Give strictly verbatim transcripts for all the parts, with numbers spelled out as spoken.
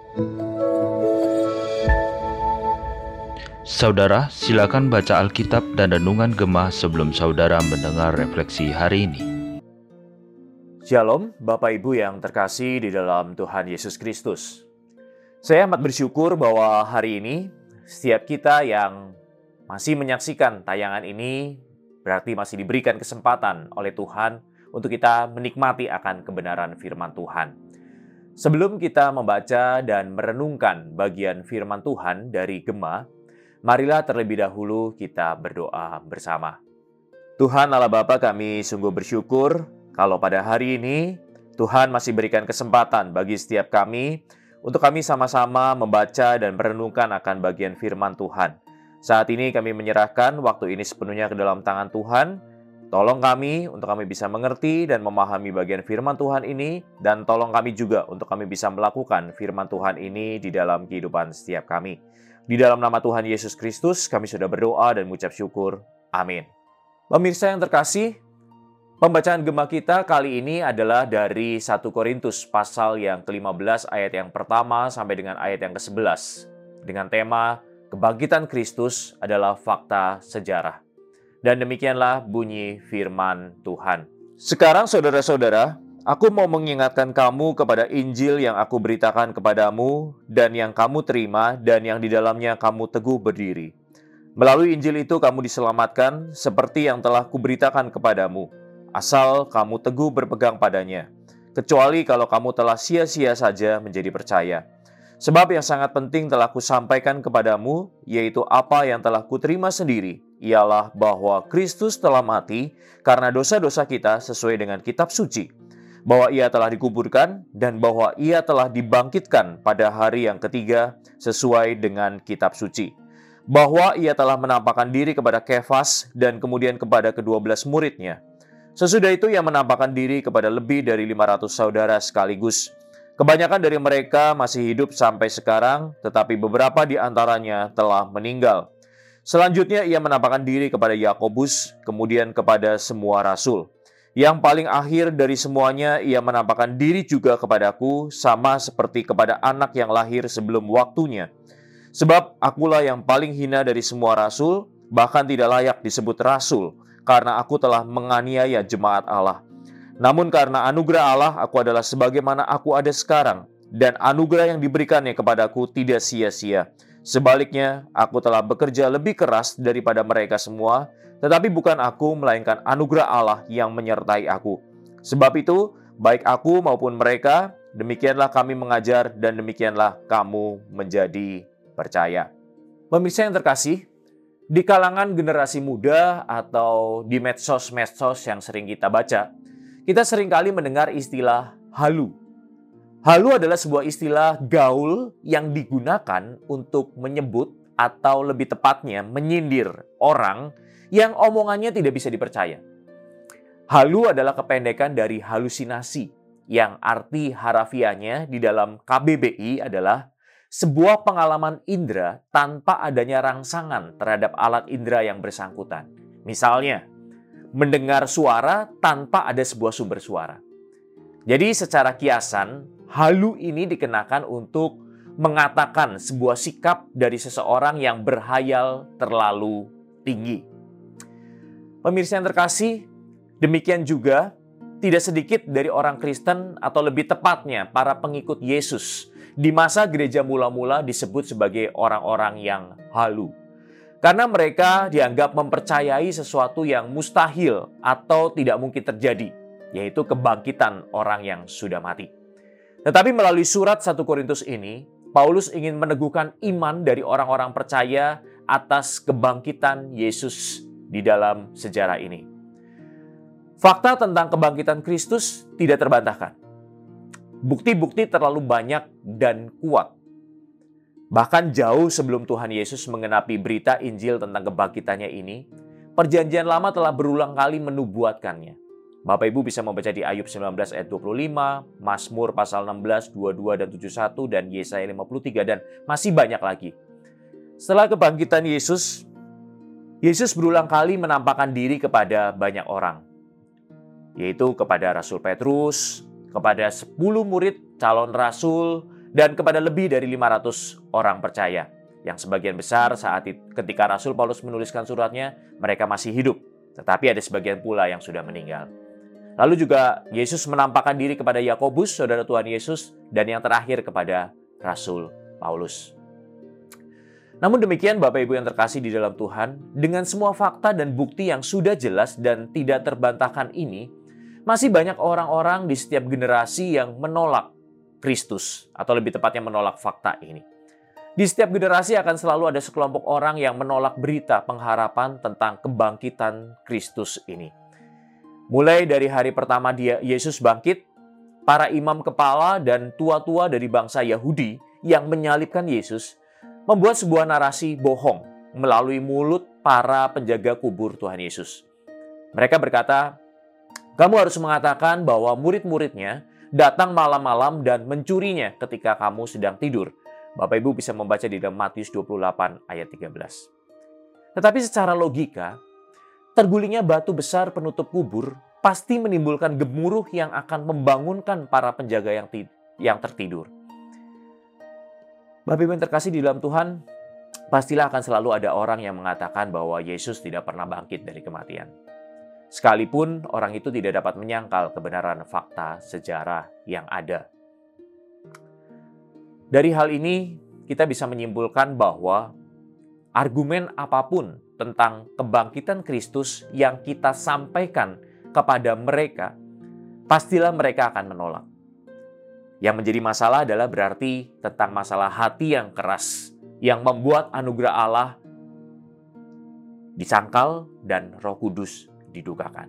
Saudara, silakan baca Alkitab dan Renungan Gemah sebelum saudara mendengar refleksi hari ini. Shalom, Bapak Ibu yang terkasih di dalam Tuhan Yesus Kristus. Saya amat bersyukur bahwa hari ini setiap kita yang masih menyaksikan tayangan ini berarti masih diberikan kesempatan oleh Tuhan untuk kita menikmati akan kebenaran firman Tuhan. Sebelum kita membaca dan merenungkan bagian firman Tuhan dari Gemah, marilah terlebih dahulu kita berdoa bersama. Tuhan Allah Bapa, kami sungguh bersyukur kalau pada hari ini Tuhan masih berikan kesempatan bagi setiap kami untuk kami sama-sama membaca dan merenungkan akan bagian firman Tuhan. Saat ini kami menyerahkan waktu ini sepenuhnya ke dalam tangan Tuhan. Tolong kami untuk kami bisa mengerti dan memahami bagian firman Tuhan ini, dan tolong kami juga untuk kami bisa melakukan firman Tuhan ini di dalam kehidupan setiap kami. Di dalam nama Tuhan Yesus Kristus kami sudah berdoa dan mengucap syukur. Amin. Pemirsa yang terkasih, pembacaan Gemah kita kali ini adalah dari satu Korintus pasal yang kelima belas ayat yang pertama sampai dengan ayat yang kesebelas dengan tema Kebangkitan Kristus adalah fakta sejarah. Dan demikianlah bunyi firman Tuhan. Sekarang saudara-saudara, aku mau mengingatkan kamu kepada Injil yang aku beritakan kepadamu dan yang kamu terima dan yang di dalamnya kamu teguh berdiri. Melalui Injil itu kamu diselamatkan seperti yang telah kuberitakan kepadamu, asal kamu teguh berpegang padanya, kecuali kalau kamu telah sia-sia saja menjadi percaya. Sebab yang sangat penting telah kusampaikan kepadamu, yaitu apa yang telah kuterima sendiri, ialah bahwa Kristus telah mati karena dosa-dosa kita sesuai dengan kitab suci, bahwa ia telah dikuburkan dan bahwa ia telah dibangkitkan pada hari yang ketiga sesuai dengan kitab suci, bahwa ia telah menampakkan diri kepada Kefas dan kemudian kepada kedua belas muridnya. Sesudah itu ia menampakkan diri kepada lebih dari lima ratus saudara sekaligus. Kebanyakan dari mereka masih hidup sampai sekarang, tetapi beberapa di antaranya telah meninggal. Selanjutnya ia menampakkan diri kepada Yakobus, kemudian kepada semua rasul. Yang paling akhir dari semuanya, ia menampakkan diri juga kepadaku, sama seperti kepada anak yang lahir sebelum waktunya. Sebab akulah yang paling hina dari semua rasul, bahkan tidak layak disebut rasul, karena aku telah menganiaya jemaat Allah. Namun karena anugerah Allah, aku adalah sebagaimana aku ada sekarang, dan anugerah yang diberikannya kepadaku tidak sia-sia. Sebaliknya, aku telah bekerja lebih keras daripada mereka semua, tetapi bukan aku, melainkan anugerah Allah yang menyertai aku. Sebab itu, baik aku maupun mereka, demikianlah kami mengajar dan demikianlah kamu menjadi percaya. Pemirsa yang terkasih, di kalangan generasi muda atau di medsos-medsos yang sering kita baca, kita seringkali mendengar istilah halu. Halu adalah sebuah istilah gaul yang digunakan untuk menyebut atau lebih tepatnya menyindir orang yang omongannya tidak bisa dipercaya. Halu adalah kependekan dari halusinasi, yang arti harafiahnya di dalam K B B I adalah sebuah pengalaman indera tanpa adanya rangsangan terhadap alat indera yang bersangkutan. Misalnya, mendengar suara tanpa ada sebuah sumber suara. Jadi secara kiasan, halu ini dikenakan untuk mengatakan sebuah sikap dari seseorang yang berhayal terlalu tinggi. Pemirsa yang terkasih, demikian juga tidak sedikit dari orang Kristen atau lebih tepatnya para pengikut Yesus di masa gereja mula-mula disebut sebagai orang-orang yang halu. Karena mereka dianggap mempercayai sesuatu yang mustahil atau tidak mungkin terjadi, yaitu kebangkitan orang yang sudah mati. Tetapi melalui surat satu Korintus ini, Paulus ingin meneguhkan iman dari orang-orang percaya atas kebangkitan Yesus di dalam sejarah ini. Fakta tentang kebangkitan Kristus tidak terbantahkan. Bukti-bukti terlalu banyak dan kuat. Bahkan jauh sebelum Tuhan Yesus mengenapi berita Injil tentang kebangkitannya ini, Perjanjian Lama telah berulang kali menubuatkannya. Bapak Ibu bisa membaca di Ayub sembilan belas ayat dua puluh lima, Mazmur pasal enam belas, dua puluh dua dan tujuh puluh satu, dan Yesaya lima puluh tiga, dan masih banyak lagi. Setelah kebangkitan Yesus, Yesus berulang kali menampakkan diri kepada banyak orang, yaitu kepada Rasul Petrus, kepada sepuluh murid calon rasul, dan kepada lebih dari lima ratus orang percaya. Yang sebagian besar saat itu, ketika Rasul Paulus menuliskan suratnya, mereka masih hidup. Tetapi ada sebagian pula yang sudah meninggal. Lalu juga Yesus menampakkan diri kepada Yakobus, saudara Tuhan Yesus, dan yang terakhir kepada Rasul Paulus. Namun demikian Bapak Ibu yang terkasih di dalam Tuhan, dengan semua fakta dan bukti yang sudah jelas dan tidak terbantahkan ini, masih banyak orang-orang di setiap generasi yang menolak Kristus, atau lebih tepatnya menolak fakta ini. Di setiap generasi akan selalu ada sekelompok orang yang menolak berita pengharapan tentang kebangkitan Kristus ini. Mulai dari hari pertama dia Yesus bangkit, para imam kepala dan tua-tua dari bangsa Yahudi yang menyalibkan Yesus membuat sebuah narasi bohong melalui mulut para penjaga kubur Tuhan Yesus. Mereka berkata, kamu harus mengatakan bahwa murid-muridnya datang malam-malam dan mencurinya ketika kamu sedang tidur. Bapak Ibu bisa membaca di dalam Matius dua puluh delapan ayat tiga belas. Tetapi secara logika, tergulingnya batu besar penutup kubur pasti menimbulkan gemuruh yang akan membangunkan para penjaga yang, yang tertidur. Bapak Ibu yang terkasih di dalam Tuhan, pastilah akan selalu ada orang yang mengatakan bahwa Yesus tidak pernah bangkit dari kematian. Sekalipun orang itu tidak dapat menyangkal kebenaran fakta sejarah yang ada. Dari hal ini, kita bisa menyimpulkan bahwa argumen apapun tentang kebangkitan Kristus yang kita sampaikan kepada mereka, pastilah mereka akan menolak. Yang menjadi masalah adalah berarti tentang masalah hati yang keras, yang membuat anugerah Allah disangkal dan Roh Kudus didukakan.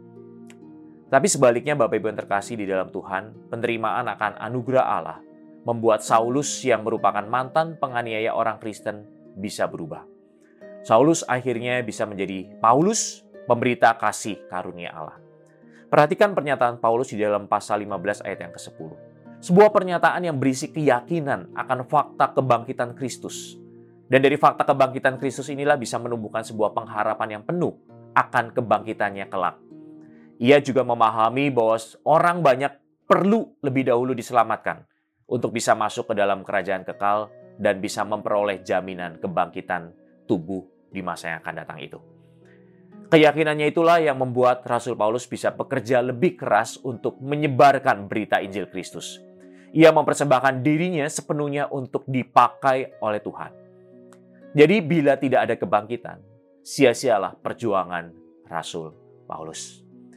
Tapi sebaliknya Bapak Ibu yang terkasih di dalam Tuhan, penerimaan akan anugerah Allah membuat Saulus yang merupakan mantan penganiaya orang Kristen bisa berubah. Saulus akhirnya bisa menjadi Paulus, pemberita kasih karunia Allah. Perhatikan pernyataan Paulus di dalam pasal lima belas ayat yang kesepuluh. Sebuah pernyataan yang berisi keyakinan akan fakta kebangkitan Kristus. Dan dari fakta kebangkitan Kristus inilah bisa menumbuhkan sebuah pengharapan yang penuh akan kebangkitannya kelak. Ia juga memahami bahwa orang banyak perlu lebih dahulu diselamatkan untuk bisa masuk ke dalam kerajaan kekal dan bisa memperoleh jaminan kebangkitan tubuh di masa yang akan datang itu. Keyakinannya itulah yang membuat Rasul Paulus bisa bekerja lebih keras untuk menyebarkan berita Injil Kristus. Ia mempersembahkan dirinya sepenuhnya untuk dipakai oleh Tuhan. Jadi bila tidak ada kebangkitan, sia-sialah perjuangan Rasul Paulus.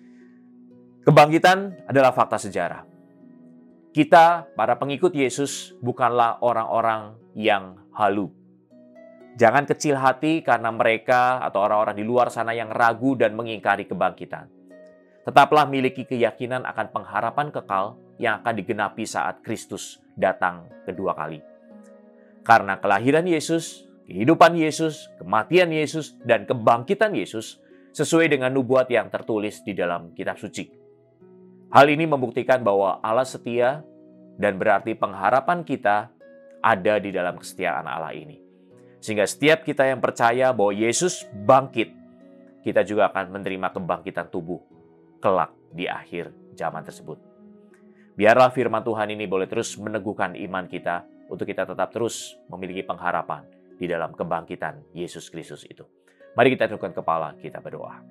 Kebangkitan adalah fakta sejarah. Kita, para pengikut Yesus, bukanlah orang-orang yang halu. Jangan kecil hati karena mereka atau orang-orang di luar sana yang ragu dan mengingkari kebangkitan. Tetaplah miliki keyakinan akan pengharapan kekal yang akan digenapi saat Kristus datang kedua kali. Karena kelahiran Yesus, kehidupan Yesus, kematian Yesus, dan kebangkitan Yesus sesuai dengan nubuat yang tertulis di dalam kitab suci. Hal ini membuktikan bahwa Allah setia dan berarti pengharapan kita ada di dalam kesetiaan Allah ini. Sehingga setiap kita yang percaya bahwa Yesus bangkit, kita juga akan menerima kebangkitan tubuh kelak di akhir zaman tersebut. Biarlah firman Tuhan ini boleh terus meneguhkan iman kita untuk kita tetap terus memiliki pengharapan di dalam kebangkitan Yesus Kristus itu. Mari kita tundukkan kepala, kita berdoa.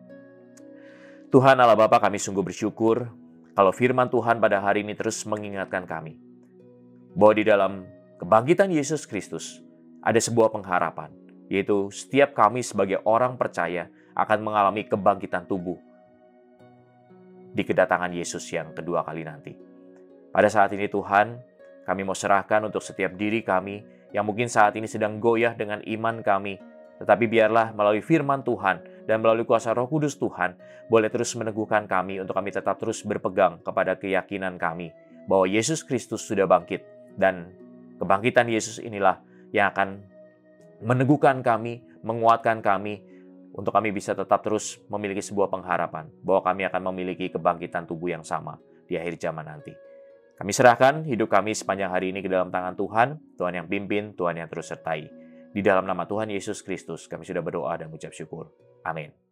Tuhan Allah Bapa, kami sungguh bersyukur kalau firman Tuhan pada hari ini terus mengingatkan kami bahwa di dalam kebangkitan Yesus Kristus ada sebuah pengharapan, yaitu setiap kami sebagai orang percaya akan mengalami kebangkitan tubuh di kedatangan Yesus yang kedua kali nanti. Pada saat ini Tuhan, kami mau serahkan untuk setiap diri kami yang mungkin saat ini sedang goyah dengan iman kami, tetapi biarlah melalui firman Tuhan dan melalui kuasa Roh Kudus Tuhan boleh terus meneguhkan kami untuk kami tetap terus berpegang kepada keyakinan kami bahwa Yesus Kristus sudah bangkit, dan kebangkitan Yesus inilah yang akan meneguhkan kami, menguatkan kami, untuk kami bisa tetap terus memiliki sebuah pengharapan bahwa kami akan memiliki kebangkitan tubuh yang sama di akhir zaman nanti. Kami serahkan hidup kami sepanjang hari ini ke dalam tangan Tuhan, Tuhan yang pimpin, Tuhan yang terus sertai. Di dalam nama Tuhan Yesus Kristus, kami sudah berdoa dan mengucap syukur. Amin.